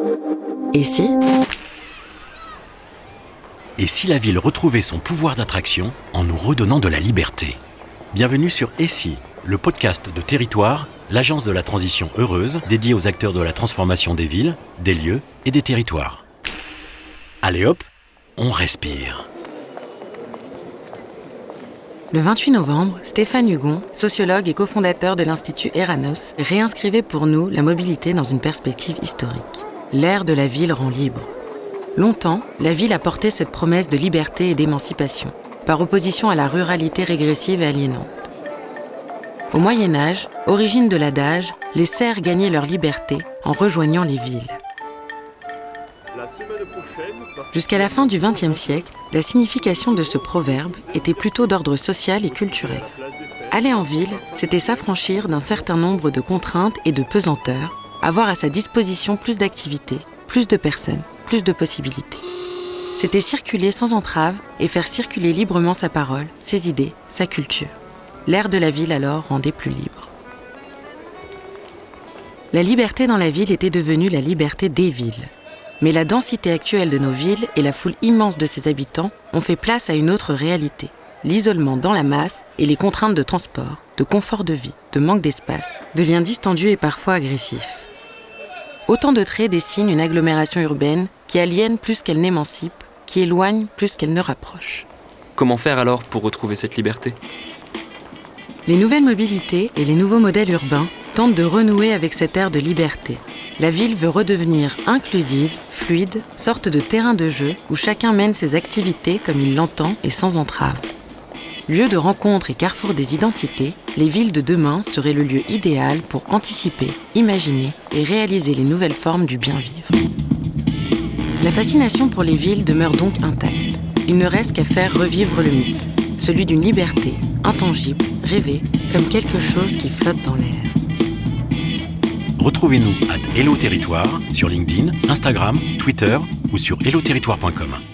Et si ? Et si la ville retrouvait son pouvoir d'attraction en nous redonnant de la liberté ? Bienvenue sur Et si, le podcast de Territoire, l'agence de la transition heureuse dédiée aux acteurs de la transformation des villes, des lieux et des territoires. Allez hop, on respire. Le 28 novembre, Stéphane Hugon, sociologue et cofondateur de l'Institut Eranos, réinscrivait pour nous la mobilité dans une perspective historique. L'ère de la ville rend libre. Longtemps, la ville a porté cette promesse de liberté et d'émancipation, par opposition à la ruralité régressive et aliénante. Au Moyen-Âge, origine de l'adage, les serfs gagnaient leur liberté en rejoignant les villes. Jusqu'à la fin du XXe siècle, la signification de ce proverbe était plutôt d'ordre social et culturel. Aller en ville, c'était s'affranchir d'un certain nombre de contraintes et de pesanteurs, avoir à sa disposition plus d'activités, plus de personnes, plus de possibilités. C'était circuler sans entrave et faire circuler librement sa parole, ses idées, sa culture. L'air de la ville alors rendait plus libre. La liberté dans la ville était devenue la liberté des villes. Mais la densité actuelle de nos villes et la foule immense de ses habitants ont fait place à une autre réalité. L'isolement dans la masse et les contraintes de transport, de confort de vie, de manque d'espace, de liens distendus et parfois agressifs. Autant de traits dessinent une agglomération urbaine qui aliène plus qu'elle n'émancipe, qui éloigne plus qu'elle ne rapproche. Comment faire alors pour retrouver cette liberté ? Les nouvelles mobilités et les nouveaux modèles urbains tentent de renouer avec cette ère de liberté. La ville veut redevenir inclusive, fluide, sorte de terrain de jeu où chacun mène ses activités comme il l'entend et sans entrave. Lieu de rencontre et carrefour des identités, les villes de demain seraient le lieu idéal pour anticiper, imaginer et réaliser les nouvelles formes du bien-vivre. La fascination pour les villes demeure donc intacte. Il ne reste qu'à faire revivre le mythe, celui d'une liberté intangible, rêvée, comme quelque chose qui flotte dans l'air. Retrouvez-nous @HelloTerritoire sur LinkedIn, Instagram, Twitter ou sur helloterritoire.com.